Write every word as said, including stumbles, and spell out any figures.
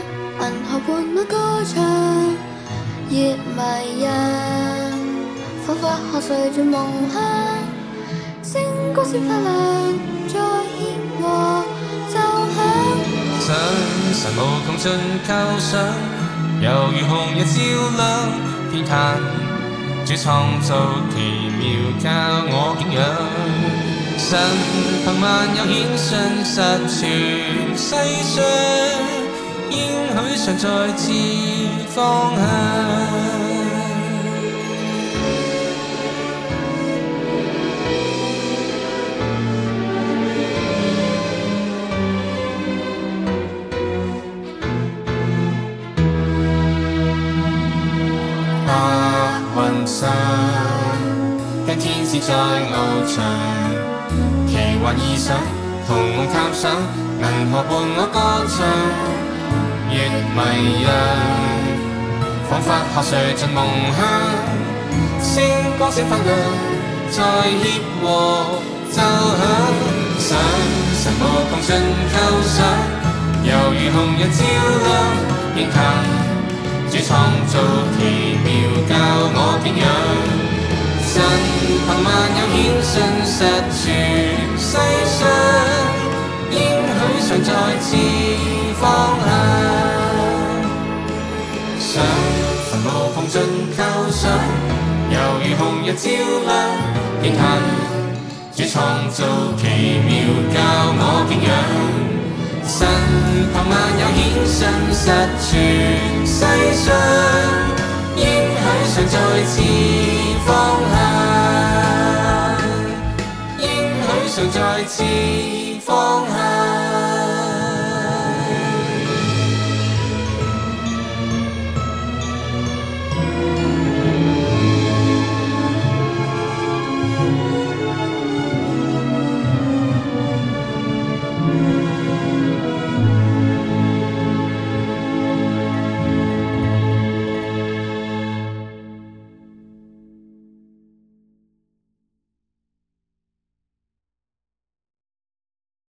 銀河伴我歌唱，越迷人，彷彿下垂進夢鄉，星光閃發亮，在協和奏響。 想神無窮盡構想，猶如紅日照亮天壇，主創造奇妙教我敬仰。神憑萬有顯信實傳世上，應許常在前方向。白雲上，跟天使在翱翔，奇幻異想，同夢探想，銀河伴我歌唱，越迷人，彷彿下垂進夢鄉，星光閃發亮，在協和奏響。想神無窮盡構想，猶如紅日照亮天壇。主創造奇妙教我敬仰，神憑萬有顯信實傳世上，應許常在前方向。想神無窮盡構想，猶如紅日照亮天壇。主創造奇妙教我敬仰。神憑萬有顯信實傳世上，應許常在前方向，應許常在前方向。